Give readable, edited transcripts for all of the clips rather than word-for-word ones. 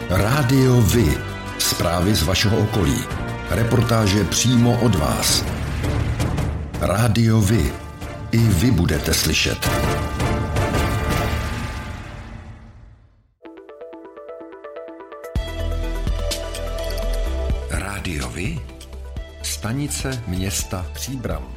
Rádio Vy. Zprávy z vašeho okolí. Reportáže přímo od vás. Rádio Vy. I vy budete slyšet. Rádio Vy. Stanice města Příbram.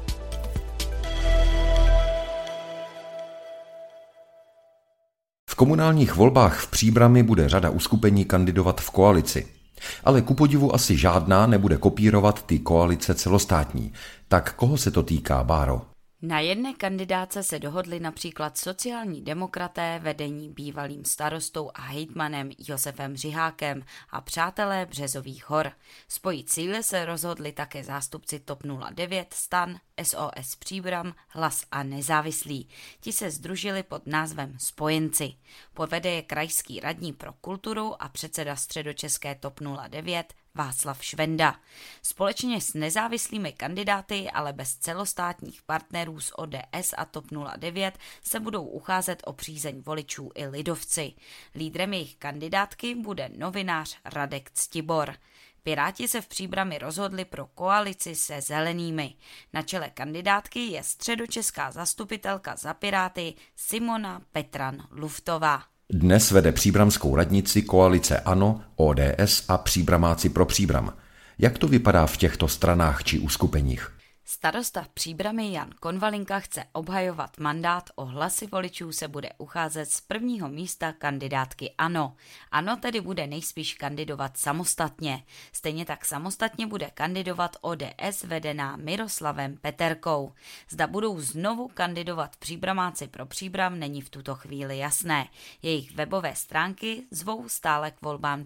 V komunálních volbách v Příbrami bude řada uskupení kandidovat v koalici. Ale ku podivu asi žádná nebude kopírovat ty koalice celostátní. Tak koho se to týká, Báro? Na jedné kandidáce se dohodli například sociální demokraté vedení bývalým starostou a hejtmanem Josefem Řihákem a přátelé Březových hor. Spojit síly se rozhodli také zástupci TOP 09, STAN, SOS Příbram, Hlas a Nezávislí. Ti se sdružili pod názvem Spojenci. Povede je krajský radní pro kulturu a předseda středočeské TOP 09 Václav Švenda. Společně s nezávislými kandidáty, ale bez celostátních partnerů z ODS a TOP 09 se budou ucházet o přízeň voličů i lidovci. Lídrem jejich kandidátky bude novinář Radek Ctibor. Piráti se v Příbrami rozhodli pro koalici se zelenými. Na čele kandidátky je středočeská zastupitelka za Piráty Simona Petran-Luftová. Dnes vede příbramskou radnici koalice ANO, ODS a Příbramáci pro Příbram. Jak to vypadá v těchto stranách či uskupeních? Starosta Příbramy Jan Konvalinka chce obhajovat mandát, o hlasy voličů se bude ucházet z prvního místa kandidátky ANO. ANO tedy bude nejspíš kandidovat samostatně. Stejně tak samostatně bude kandidovat ODS vedená Miroslavem Peterkou. Zda budou znovu kandidovat Příbramáci pro Příbram, není v tuto chvíli jasné. Jejich webové stránky zvou stále k volbám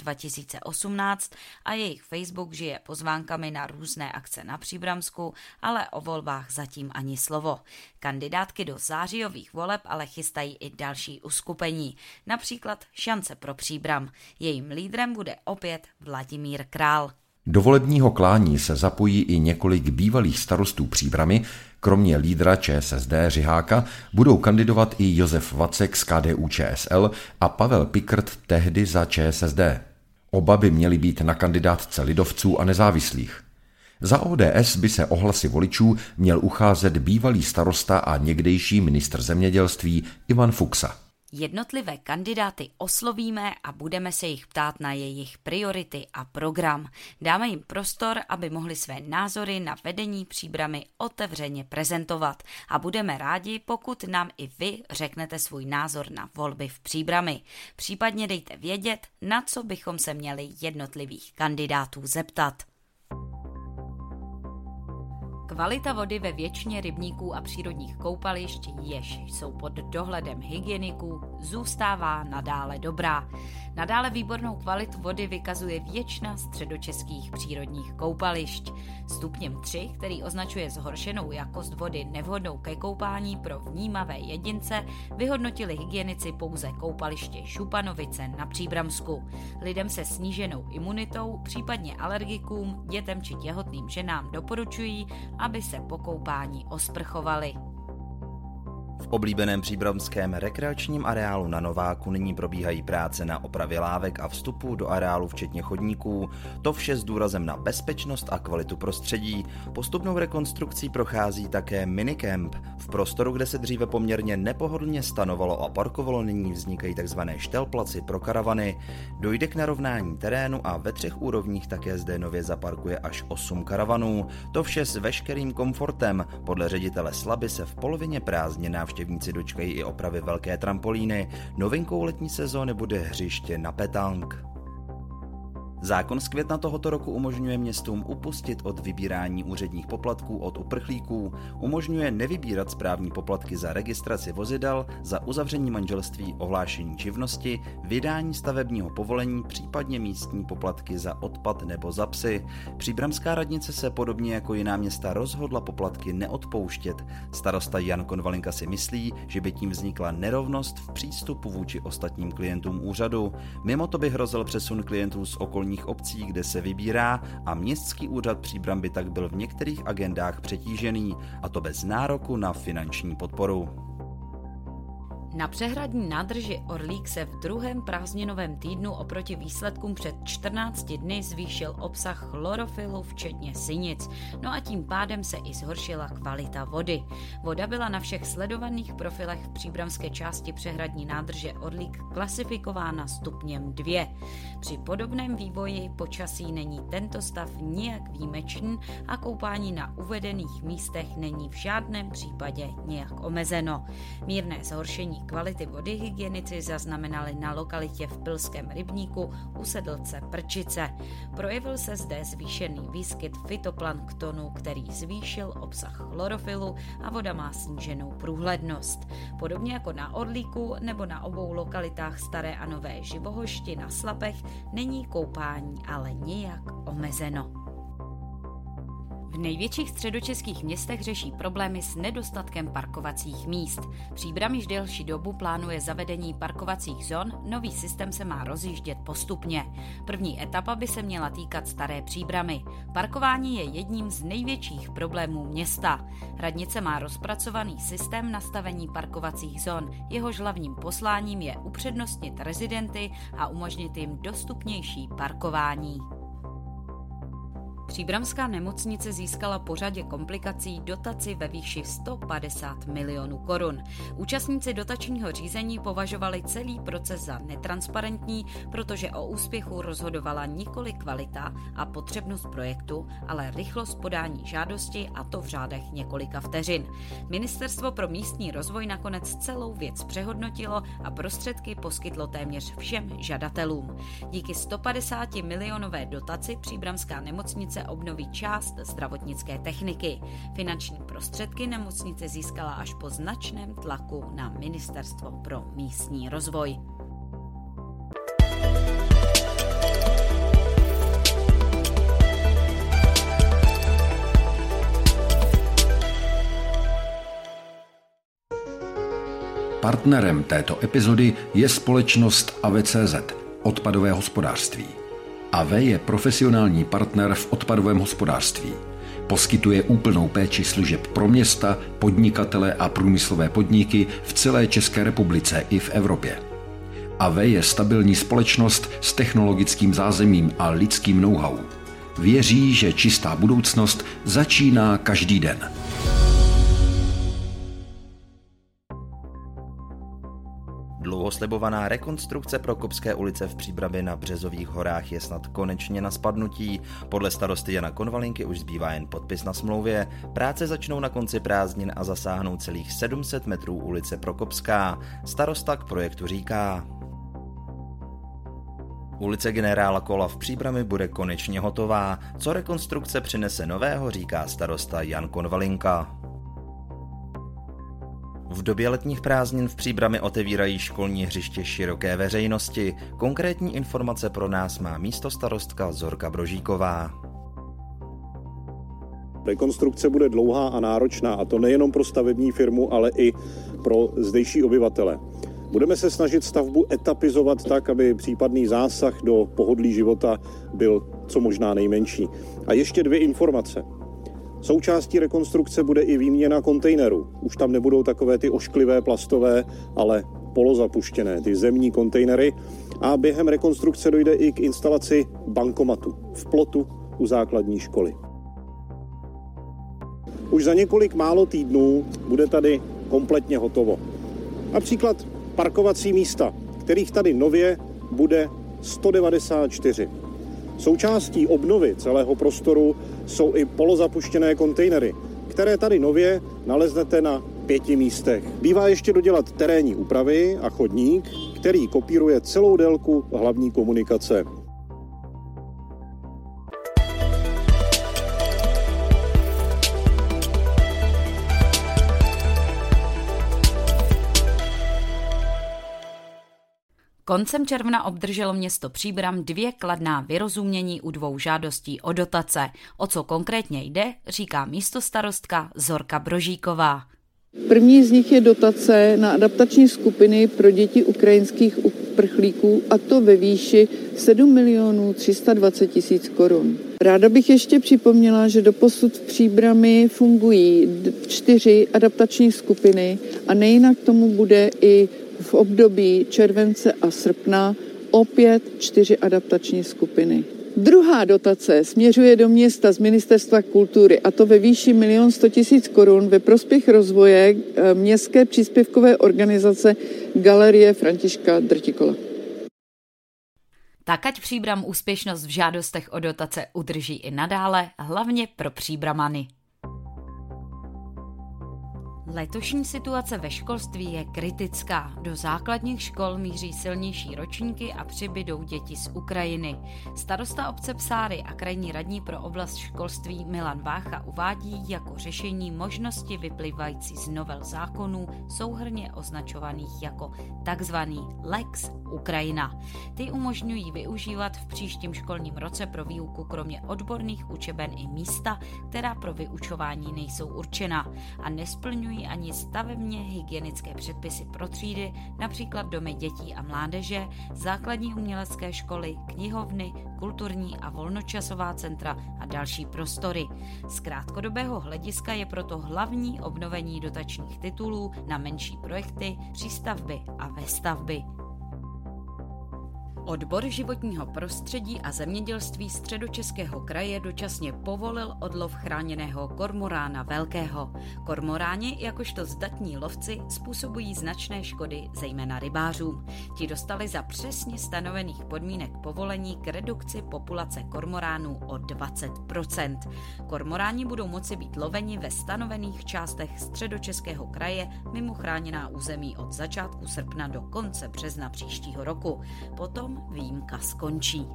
2018 a jejich Facebook žije pozvánkami na různé akce na Příbramsku, ale o volbách zatím ani slovo. Kandidátky do zářijových voleb ale chystají i další uskupení, například Šance pro Příbram. Jejím lídrem bude opět Vladimír Král. Do volebního klání se zapojí i několik bývalých starostů Příbramy, kromě lídra ČSSD Řiháka budou kandidovat i Josef Vacek z KDU-ČSL a Pavel Pikrt tehdy za ČSSD. Oba by měli být na kandidátce lidovců a nezávislých. Za ODS by se o hlasy voličů měl ucházet bývalý starosta a někdejší ministr zemědělství Ivan Fuksa. Jednotlivé kandidáty oslovíme a budeme se jich ptát na jejich priority a program. Dáme jim prostor, aby mohli své názory na vedení Příbramy otevřeně prezentovat a budeme rádi, pokud nám i vy řeknete svůj názor na volby v Příbrami. Případně dejte vědět, na co bychom se měli jednotlivých kandidátů zeptat. Kvalita vody ve většině rybníků a přírodních koupališť, jež jsou pod dohledem hygieniků, zůstává nadále dobrá. Nadále výbornou kvalitu vody vykazuje většina středočeských přírodních koupališť. Stupněm 3, který označuje zhoršenou jakost vody nevhodnou ke koupání pro vnímavé jedince, vyhodnotili hygienici pouze koupaliště Šupanovice na Příbramsku. Lidem se sníženou imunitou, případně alergikům, dětem či těhotným ženám doporučují, aby se po koupání osprchovali. V oblíbeném příbramském rekreačním areálu na Nováku nyní probíhají práce na opravě lávek a vstupu do areálu včetně chodníků. To vše s důrazem na bezpečnost a kvalitu prostředí. Postupnou rekonstrukcí prochází také minikemp. V prostoru, kde se dříve poměrně nepohodlně stanovalo a parkovalo, nyní vznikají tzv. Štelplaci pro karavany. Dojde k narovnání terénu a ve 3 úrovních také zde nově zaparkuje až 8 karavanů. To vše s veškerým komfortem. Podle ředitele Slaby se v polovině prázdnin návštěvníci dočkají i opravy velké trampolíny. Novinkou letní sezóny bude hřiště na petank. Zákon z května tohoto roku umožňuje městům upustit od vybírání úředních poplatků od uprchlíků, umožňuje nevybírat správní poplatky za registraci vozidel, za uzavření manželství, ohlášení živnosti, vydání stavebního povolení, případně místní poplatky za odpad nebo za psy. Příbramská radnice se podobně jako jiná města rozhodla poplatky neodpouštět. Starosta Jan Konvalinka si myslí, že by tím vznikla nerovnost v přístupu vůči ostatním klientům úřadu. Mimo to by hrozil přesun klientů z okolních obcí, kde se vybírá, a městský úřad Příbram by tak byl v některých agendách přetížený, a to bez nároku na finanční podporu. Na přehradní nádrži Orlík se v druhém prázdninovém týdnu oproti výsledkům před 14 dny zvýšil obsah chlorofilu včetně sinic, no a tím pádem se i zhoršila kvalita vody. Voda byla na všech sledovaných profilech v příbramské části přehradní nádrže Orlík klasifikována stupněm 2. Při podobném vývoji počasí není tento stav nijak výjimečný a koupání na uvedených místech není v žádném případě nějak omezeno. Mírné zhoršení kvality vody hygienici zaznamenali na lokalitě v Pilském rybníku u Sedlce Prčice. Projevil se zde zvýšený výskyt fytoplanktonu, který zvýšil obsah chlorofilu a voda má sníženou průhlednost. Podobně jako na Orlíku nebo na obou lokalitách Staré a Nové Živohošti na Slapech není koupání ale nijak omezeno. V největších středočeských městech řeší problémy s nedostatkem parkovacích míst. Příbram již delší dobu plánuje zavedení parkovacích zón, nový systém se má rozjíždět postupně. První etapa by se měla týkat Staré Příbramy. Parkování je jedním z největších problémů města. Radnice má rozpracovaný systém nastavení parkovacích zón, jehož hlavním posláním je upřednostnit rezidenty a umožnit jim dostupnější parkování. Příbramská nemocnice získala po řadě komplikací dotaci ve výši 150 milionů korun. Účastníci dotačního řízení považovali celý proces za netransparentní, protože o úspěchu rozhodovala nikoli kvalita a potřebnost projektu, ale rychlost podání žádosti, a to v řádech několika vteřin. Ministerstvo pro místní rozvoj nakonec celou věc přehodnotilo a prostředky poskytlo téměř všem žadatelům. Díky 150 milionové dotaci příbramská nemocnice obnoví část zdravotnické techniky. Finanční prostředky nemocnice získala až po značném tlaku na Ministerstvo pro místní rozvoj. Partnerem této epizody je společnost AVCZ, odpadové hospodářství. AV je profesionální partner v odpadovém hospodářství. Poskytuje úplnou péči služeb pro města, podnikatele a průmyslové podniky v celé České republice i v Evropě. AV je stabilní společnost s technologickým zázemím a lidským know-how. Věří, že čistá budoucnost začíná každý den. Dlouho slibovaná rekonstrukce Prokopské ulice v Příbrami na Březových horách je snad konečně na spadnutí. Podle starosty Jana Konvalinky už zbývá jen podpis na smlouvě. Práce začnou na konci prázdnin a zasáhnou celých 700 metrů ulice Prokopská. Starosta k projektu říká: Ulice Generála Kola v Příbrami bude konečně hotová. Co rekonstrukce přinese nového, říká starosta Jan Konvalinka. V době letních prázdnin v Příbrami otevírají školní hřiště široké veřejnosti. Konkrétní informace pro nás má místostarostka Zorka Brožíková. Rekonstrukce bude dlouhá a náročná, a to nejenom pro stavební firmu, ale i pro zdejší obyvatele. Budeme se snažit stavbu etapizovat tak, aby případný zásah do pohodlí života byl co možná nejmenší. A ještě 2 informace. Součástí rekonstrukce bude i výměna kontejnerů. Už tam nebudou takové ty ošklivé plastové, ale polozapuštěné, ty zemní kontejnery. A během rekonstrukce dojde i k instalaci bankomatu v plotu u základní školy. Už za několik málo týdnů bude tady kompletně hotovo. Například parkovací místa, kterých tady nově bude 194. Součástí obnovy celého prostoru jsou i polozapuštěné kontejnery, které tady nově naleznete na 5 místech. Bývá ještě dodělat terénní úpravy a chodník, který kopíruje celou délku hlavní komunikace. Koncem června obdrželo město Příbram 2 kladná vyrozumění u 2 žádostí o dotace. O co konkrétně jde, říká místostarostka Zorka Brožíková. První z nich je dotace na adaptační skupiny pro děti ukrajinských uprchlíků, a to ve výši 7 320 000 korun. Ráda bych ještě připomněla, že doposud v Příbrami fungují 4 adaptační skupiny a nejinak tomu bude i v období července a srpna opět 4 adaptační skupiny. Druhá dotace směřuje do města z Ministerstva kultury, a to ve výši 1 100 000 korun ve prospěch rozvoje městské příspěvkové organizace Galerie Františka Drtikola. Tak ať Příbram úspěšnost v žádostech o dotace udrží i nadále, hlavně pro Příbramany. Letošní situace ve školství je kritická. Do základních škol míří silnější ročníky a přibydou děti z Ukrajiny. Starosta obce Psáry a krajní radní pro oblast školství Milan Vácha uvádí jako řešení možnosti vyplývající z novel zákonů souhrnně označovaných jako takzvaný Lex Ukrajina. Ty umožňují využívat v příštím školním roce pro výuku kromě odborných učeben i místa, která pro vyučování nejsou určena a nesplňují ani stavebně hygienické předpisy pro třídy, například domy dětí a mládeže, základní umělecké školy, knihovny, kulturní a volnočasová centra a další prostory. Z krátkodobého hlediska je proto hlavní obnovení dotačních titulů na menší projekty, přístavby a vestavby. Odbor životního prostředí a zemědělství Středočeského kraje dočasně povolil odlov chráněného kormorána velkého. Kormoráni, jakožto zdatní lovci, způsobují značné škody, zejména rybářům. Ti dostali za přesně stanovených podmínek povolení k redukci populace kormoránů o 20%. Kormoráni budou moci být loveni ve stanovených částech Středočeského kraje mimo chráněná území od začátku srpna do konce března příštího roku. Potom výjimka skončí.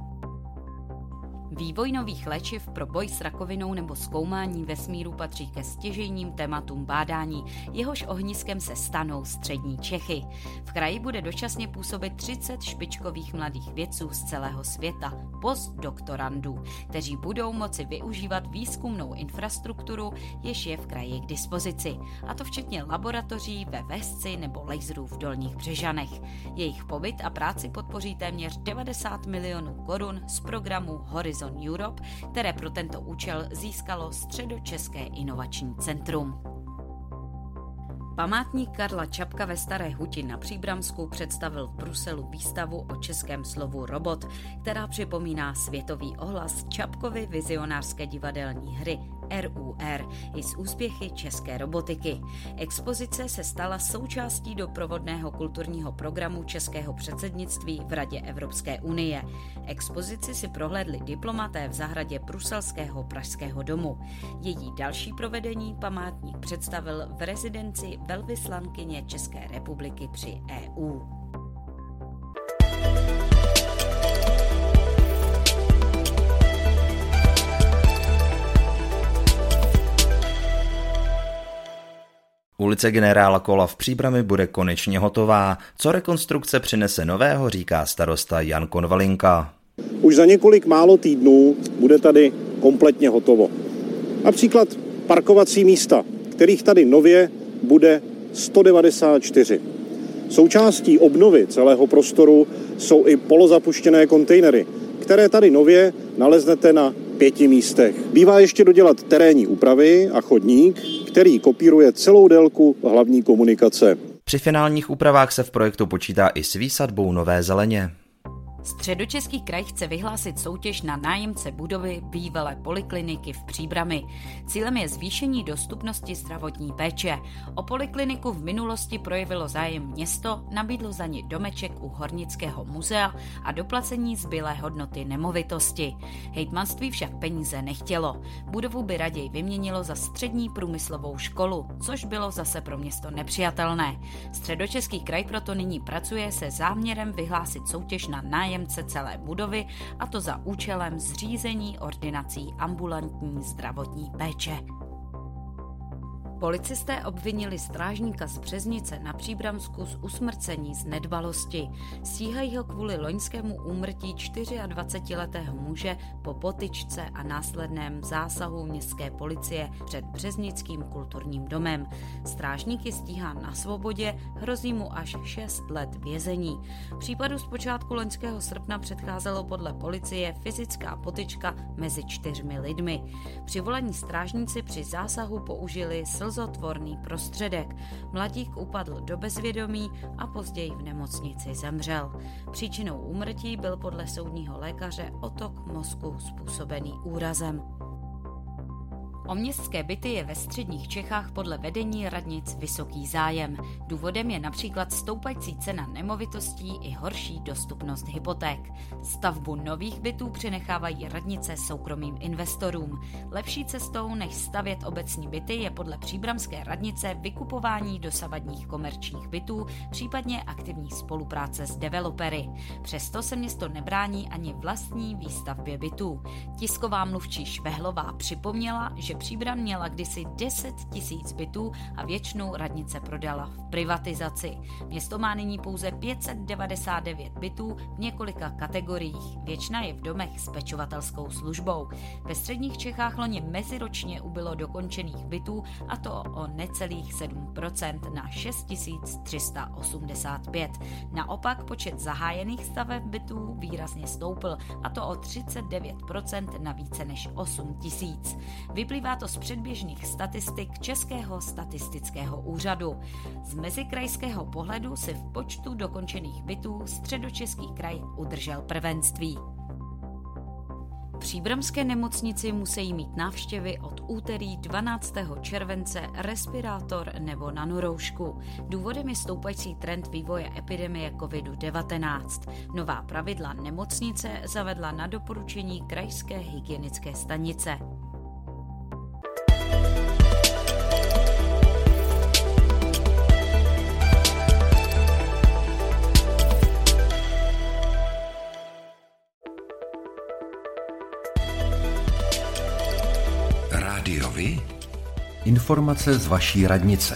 Vývoj nových léčiv pro boj s rakovinou nebo zkoumání vesmíru patří ke stěžejním tématům bádání, jehož ohniskem se stanou střední Čechy. V kraji bude dočasně působit 30 špičkových mladých vědců z celého světa, postdoktorandů, kteří budou moci využívat výzkumnou infrastrukturu, jež je v kraji k dispozici, a to včetně laboratoří ve Vesci nebo laserů v Dolních Břežanech. Jejich pobyt a práci podpoří téměř 90 milionů korun z programu Horizon Europe, které pro tento účel získalo Středočeské inovační centrum. Památník Karla Čapka ve Staré Huti na Příbramsku představil v Bruselu výstavu o českém slovu robot, která připomíná světový ohlas Čapkovy vizionářské divadelní hry RUR i z úspěchy české robotiky. Expozice se stala součástí doprovodného kulturního programu českého předsednictví v Radě Evropské unie. Expozici si prohlédli diplomaté v zahradě bruselského Pražského domu. Její další provedení památník představil v rezidenci velvyslankyně České republiky při EU. Ulice generála Kola v Příbrami bude konečně hotová. Co rekonstrukce přinese nového, říká starosta Jan Konvalinka. Už za několik málo týdnů bude tady kompletně hotovo. Například parkovací místa, kterých tady nově bude 194. Součástí obnovy celého prostoru jsou i polozapuštěné kontejnery, které tady nově naleznete na 5 místech. Bývá ještě dodělat terénní úpravy a chodník, který kopíruje celou délku hlavní komunikace. Při finálních úpravách se v projektu počítá i s výsadbou nové zeleně. Středočeský kraj chce vyhlásit soutěž na nájemce budovy bývalé polikliniky v Příbrami. Cílem je zvýšení dostupnosti zdravotní péče. O polikliniku v minulosti projevilo zájem město, nabídlo za ní domeček u Hornického muzea a doplacení zbylé hodnoty nemovitosti. Hejtmanství však peníze nechtělo. Budovu by raději vyměnilo za střední průmyslovou školu, což bylo zase pro město nepřijatelné. Středočeský kraj proto nyní pracuje se záměrem vyhlásit soutěž na nájemce celé budovy, a to za účelem zřízení ordinací ambulantní zdravotní péče. Policisté obvinili strážníka z Březnice na Příbramsku z usmrcení z nedbalosti. Stíhají ho kvůli loňskému úmrtí 24letého muže po potyčce a následném zásahu městské policie před Březnickým kulturním domem. Strážník je stíhán na svobodě, hrozí mu až 6 let vězení. Případu z počátku loňského srpna předcházelo podle policie fyzická potyčka mezi 4 lidmi. Přivolaní strážníci při zásahu použili slzové slzotvorný prostředek. Mladík upadl do bezvědomí a později v nemocnici zemřel. Příčinou úmrtí byl podle soudního lékaře otok mozku způsobený úrazem. O městské byty je ve středních Čechách podle vedení radnic vysoký zájem. Důvodem je například stoupající cena nemovitostí i horší dostupnost hypoték. Stavbu nových bytů přenechávají radnice soukromým investorům. Lepší cestou, než stavět obecní byty, je podle příbramské radnice vykupování dosavadních komerčních bytů, případně aktivní spolupráce s developery. Přesto se město nebrání ani vlastní výstavbě bytů. Tisková mluvčí Švehlová připomněla, že Příbram měla kdysi 10 000 bytů a většinu radnice prodala v privatizaci. Město má nyní pouze 599 bytů v několika kategoriích. Většina je v domech s pečovatelskou službou. Ve středních Čechách loni meziročně ubylo dokončených bytů, a to o necelých 7% na 6 385. Naopak počet zahájených staveb bytů výrazně stoupl, a to o 39% na více než 8 000. Vyplývá to z předběžných statistik Českého statistického úřadu. Z mezikrajského pohledu si v počtu dokončených bytů Středočeský kraj udržel prvenství. V příbramské nemocnici musí mít návštěvy od úterý 12. července respirátor nebo nanoroušku. Důvodem je stoupající trend vývoje epidemie COVID-19. Nová pravidla nemocnice zavedla na doporučení krajské hygienické stanice. Rádiovi? Informace z vaší radnice.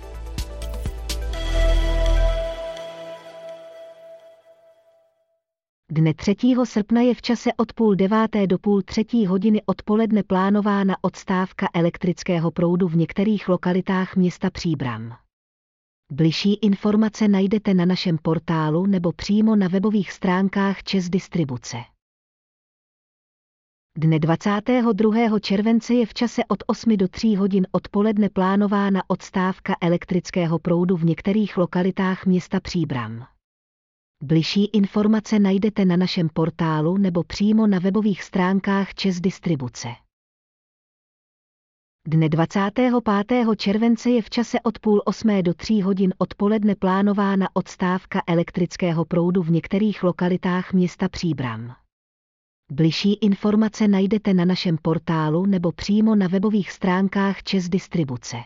Dne 3. srpna je v čase od 8:30 do 2:30 odpoledne plánována odstávka elektrického proudu v některých lokalitách města Příbram. Bližší informace najdete na našem portálu nebo přímo na webových stránkách ČEZ Distribuce. Dne 22. července je v čase od 8 do 3 hodin odpoledne plánována odstávka elektrického proudu v některých lokalitách města Příbram. Bližší informace najdete na našem portálu nebo přímo na webových stránkách ČEZ Distribuce. Dne 25. července je v čase od 7:30 do 3 hodin odpoledne plánována odstávka elektrického proudu v některých lokalitách města Příbram. Bližší informace najdete na našem portálu nebo přímo na webových stránkách ČEZ Distribuce.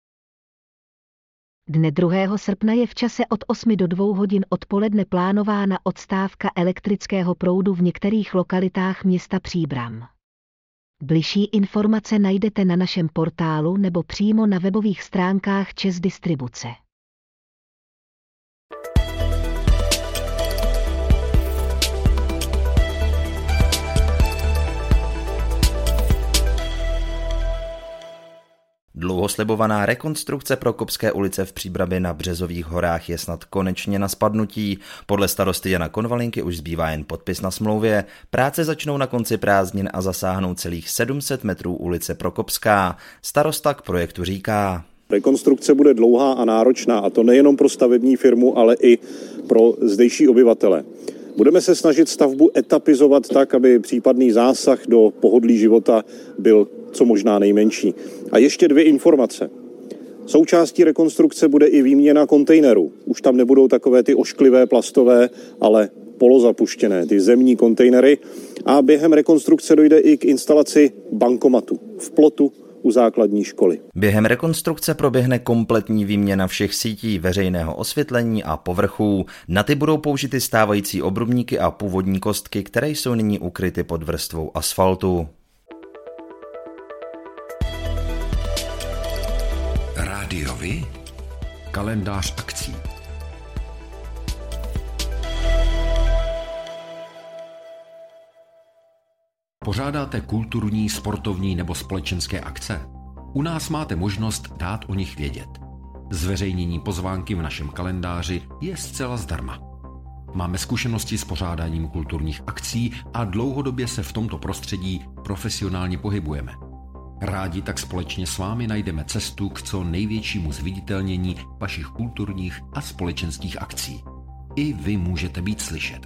Dne 2. srpna je v čase od 8 do 2 hodin odpoledne plánována odstávka elektrického proudu v některých lokalitách města Příbram. Bližší informace najdete na našem portálu nebo přímo na webových stránkách ČEZ Distribuce. Dlouho slibovaná rekonstrukce Prokopské ulice v Příbrami na Březových horách je snad konečně na spadnutí. Podle starosty Jana Konvalinky už zbývá jen podpis na smlouvě. Práce začnou na konci prázdnin a zasáhnou celých 700 metrů ulice Prokopská. Starosta k projektu říká: Rekonstrukce bude dlouhá a náročná, a to nejenom pro stavební firmu, ale i pro zdejší obyvatele. Budeme se snažit stavbu etapizovat tak, aby případný zásah do pohodlí života byl co možná nejmenší. A ještě 2 informace. Součástí rekonstrukce bude i výměna kontejnerů. Už tam nebudou takové ty ošklivé plastové, ale polozapuštěné, ty zemní kontejnery. A během rekonstrukce dojde i k instalaci bankomatu v plotu u základní školy. Během rekonstrukce proběhne kompletní výměna všech sítí veřejného osvětlení a povrchů. Na ty budou použity stávající obrubníky a původní kostky, které jsou nyní ukryty pod vrstvou asfaltu. Rádiovi? Kalendář akcí. Pořádáte kulturní, sportovní nebo společenské akce? U nás máte možnost dát o nich vědět. Zveřejnění pozvánky v našem kalendáři je zcela zdarma. Máme zkušenosti s pořádáním kulturních akcí a dlouhodobě se v tomto prostředí profesionálně pohybujeme. Rádi tak společně s vámi najdeme cestu k co největšímu zviditelnění vašich kulturních a společenských akcí. I vy můžete být slyšet.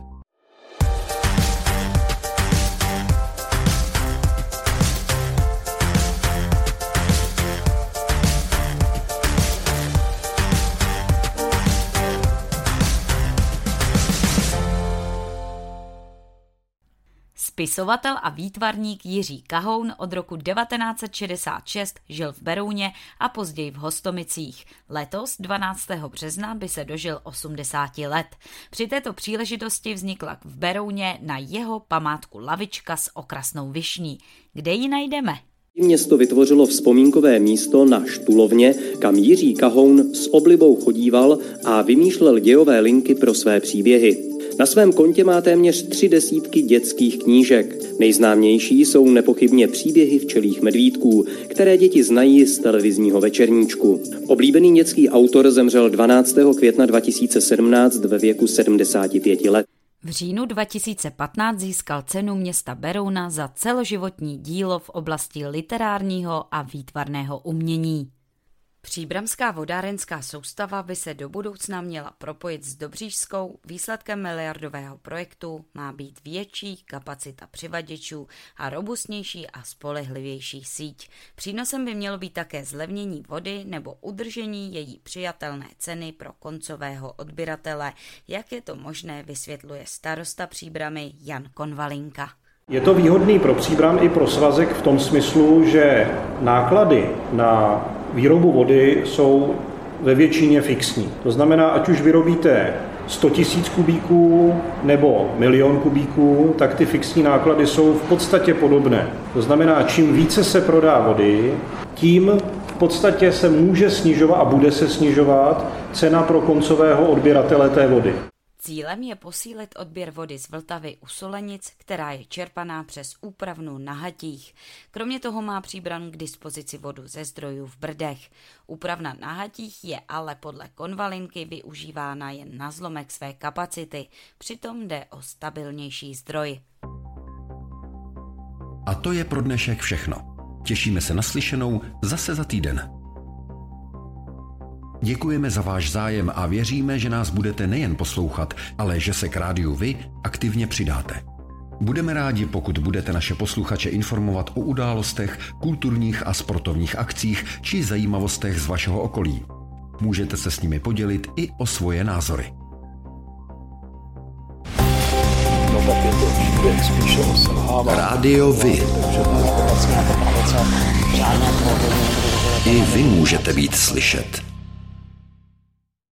Spisovatel a výtvarník Jiří Kahoun od roku 1966 žil v Berouně a později v Hostomicích. Letos 12. března by se dožil 80 let. Při této příležitosti vznikla v Berouně na jeho památku lavička s okrasnou višní. Kde ji najdeme? Město vytvořilo vzpomínkové místo na Štulovně, kam Jiří Kahoun s oblibou chodíval a vymýšlel dějové linky pro své příběhy. Na svém kontě má téměř 30 dětských knížek. Nejznámější jsou nepochybně Příběhy včelích medvídků, které děti znají z televizního večerníčku. Oblíbený dětský autor zemřel 12. května 2017 ve věku 75 let. V říjnu 2015 získal cenu města Berouna za celoživotní dílo v oblasti literárního a výtvarného umění. Příbramská vodárenská soustava by se do budoucna měla propojit s Dobřížskou. Výsledkem miliardového projektu má být větší kapacita přivaděčů a robustnější a spolehlivější síť. Přínosem by mělo být také zlevnění vody nebo udržení její přijatelné ceny pro koncového odběratele. Jak je to možné, vysvětluje starosta Příbramy Jan Konvalinka. Je to výhodný pro Příbram i pro svazek v tom smyslu, že náklady na výrobu vody jsou ve většině fixní. To znamená, ať už vyrobíte 100 000 kubíků nebo 1 000 000 kubíků, tak ty fixní náklady jsou v podstatě podobné. To znamená, čím více se prodá vody, tím v podstatě se může snižovat a bude se snižovat cena pro koncového odběratele té vody. Cílem je posílit odběr vody z Vltavy u Solenic, která je čerpaná přes úpravnu na Hatích. Kromě toho má Příbram k dispozici vodu ze zdrojů v Brdech. Úpravna na Hatích je ale podle Konvalinky využívána jen na zlomek své kapacity, přitom jde o stabilnější zdroj. A to je pro dnešek všechno. Těšíme se na slyšenou zase za týden. Děkujeme za váš zájem a věříme, že nás budete nejen poslouchat, ale že se k rádiu vy aktivně přidáte. Budeme rádi, pokud budete naše posluchače informovat o událostech, kulturních a sportovních akcích či zajímavostech z vašeho okolí. Můžete se s nimi podělit i o svoje názory. Rádio Vy. I vy můžete být slyšet.